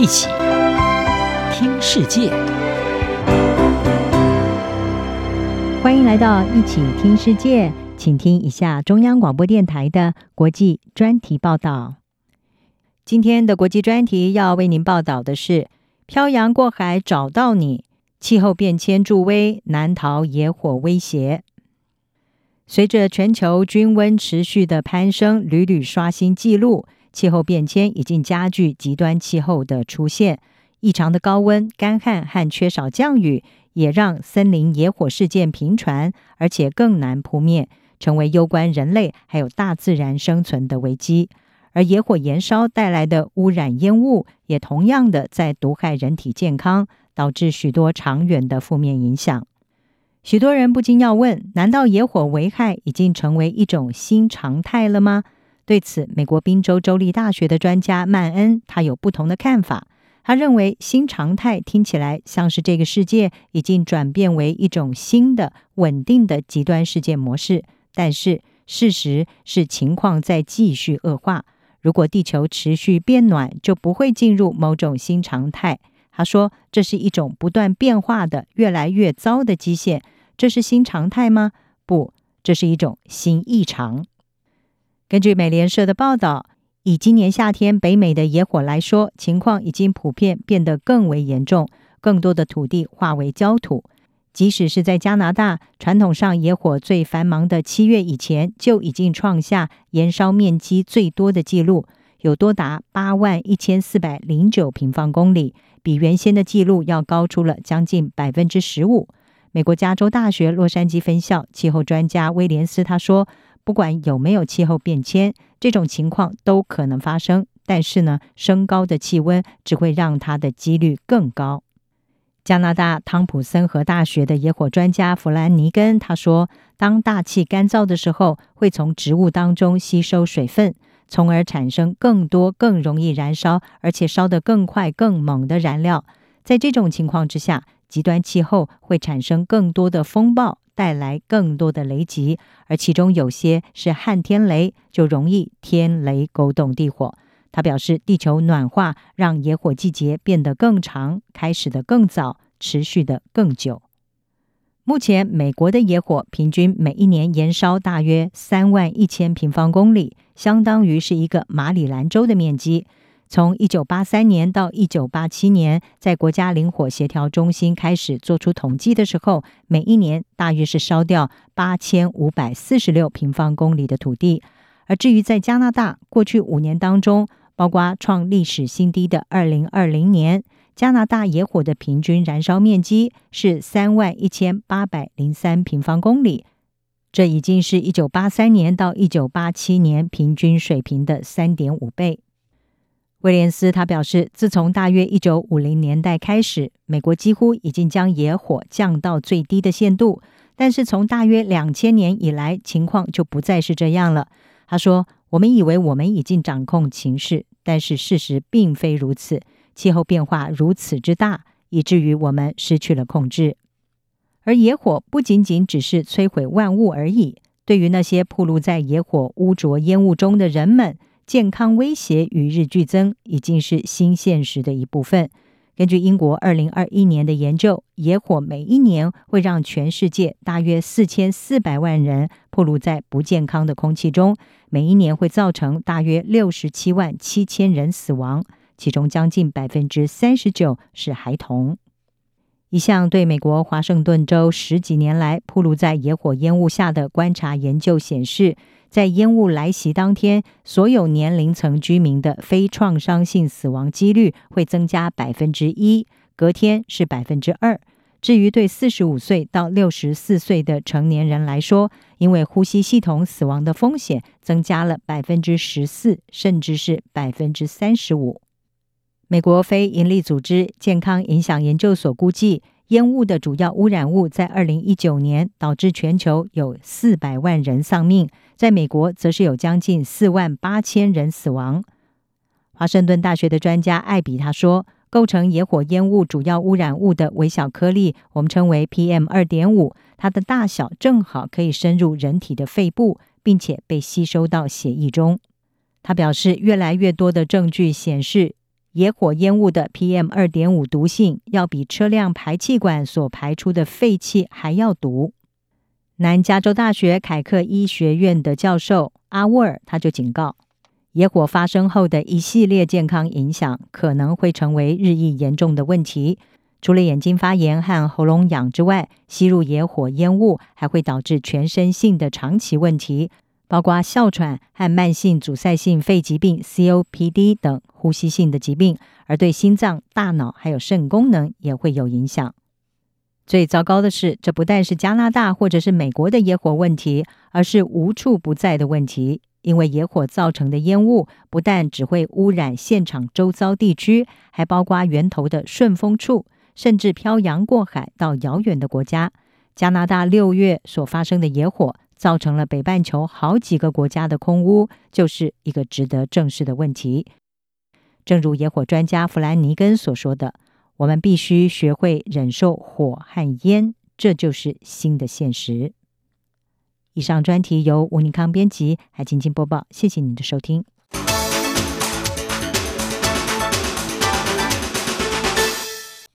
一起听世界。 欢迎来到一起听世界，请听一下中央广播电台的国际专题报道。今天的国际专题要为您报道的是：漂洋过海找到你，气候变迁助威，难逃野火威胁。随着全球均温持续的攀升，屡屡刷新纪录，气候变迁已经加剧极端气候的出现。异常的高温、干旱和缺少降雨，也让森林野火事件频传，而且更难扑灭，成为攸关人类还有大自然生存的危机。而野火燃烧带来的污染烟雾，也同样的在毒害人体健康，导致许多长远的负面影响。许多人不禁要问，难道野火危害已经成为一种新常态了吗？对此，美国宾州州立大学的专家曼恩他有不同的看法。他认为新常态听起来像是这个世界已经转变为一种新的稳定的极端事件模式，但是事实是情况在继续恶化。如果地球持续变暖，就不会进入某种新常态。他说，这是一种不断变化的越来越糟的基线。这是新常态吗？不，这是一种新异常。根据美联社的报道，以今年夏天北美的野火来说，情况已经普遍变得更为严重，更多的土地化为焦土。即使是在加拿大，传统上野火最繁忙的7月以前，就已经创下燃烧面积最多的纪录，有多达81409平方公里，比原先的纪录要高出了将近15%。美国加州大学洛杉矶分校气候专家威廉斯他说，不管有没有气候变迁，这种情况都可能发生，但是呢，升高的气温只会让它的几率更高。加拿大汤普森河大学的野火专家弗兰尼根他说，当大气干燥的时候，会从植物当中吸收水分，从而产生更多更容易燃烧而且烧得更快更猛的燃料。在这种情况之下，极端气候会产生更多的风暴，带来更多的雷击，而其中有些是旱天雷，就容易天雷勾动地火。他表示，地球暖化让野火季节变得更长，开始得更早，持续得更久。目前美国的野火平均每一年燃烧大约31000平方公里，相当于是一个马里兰州的面积。从1983年到1987年，在国家林火协调中心开始做出统计的时候，每一年大约是烧掉8546平方公里的土地。而至于在加拿大，过去5年当中，包括创历史新低的2020年，加拿大野火的平均燃烧面积是31803平方公里，这已经是1983年到1987年平均水平的3.5倍。威廉斯他表示，自从大约1950年代开始，美国几乎已经将野火降到最低的限度，但是从大约2000年以来，情况就不再是这样了。他说，我们以为我们已经掌控情势，但是事实并非如此，气候变化如此之大，以至于我们失去了控制。而野火不仅仅只是摧毁万物而已，对于那些暴露在野火污浊烟雾中的人们，健康威胁与日俱增，已经是新现实的一部分。根据英国2021年的研究，野火每一年会让全世界大约4400万人暴露在不健康的空气中，每一年会造成大约677000人死亡，其中将近39%是孩童。一项对美国华盛顿州10几年来暴露在野火烟雾下的观察研究显示，在烟雾来袭当天，所有年龄层居民的非创伤性死亡几率会增加1%，隔天是2%。至于对45岁到64岁的成年人来说，因为呼吸系统死亡的风险增加了14%，甚至是35%。美国非营利组织健康影响研究所估计，烟雾的主要污染物在2019年导致全球有400万人丧命，在美国则是有将近48000人死亡。华盛顿大学的专家艾比他说，构成野火烟雾主要污染物的微小颗粒，我们称为 PM2.5， 它的大小正好可以深入人体的肺部，并且被吸收到血液中。他表示，越来越多的证据显示， 野火烟雾的 PM2.5 毒性要比车辆排气管所排出的废气还要毒。南加州大学凯克医学院的教授阿沃尔他就警告，野火发生后的一系列健康影响可能会成为日益严重的问题。除了眼睛发炎和喉咙痒之外，吸入野火烟雾还会导致全身性的长期问题，包括哮喘和慢性阻塞性肺疾病 COPD 等呼吸性的疾病，而对心脏、大脑还有肾功能也会有影响。最糟糕的是，这不但是加拿大或者是美国的野火问题，而是无处不在的问题。因为野火造成的烟雾不但只会污染现场周遭地区，还包括源头的顺风处，甚至漂洋过海到遥远的国家。加拿大6月所发生的野火造成了北半球好几个国家的空污，就是一个值得正视的问题。正如野火专家弗兰尼根所说的，我们必须学会忍受火和烟，这就是新的现实。以上专题由吴宁康编辑，还请播报，谢谢您的收听。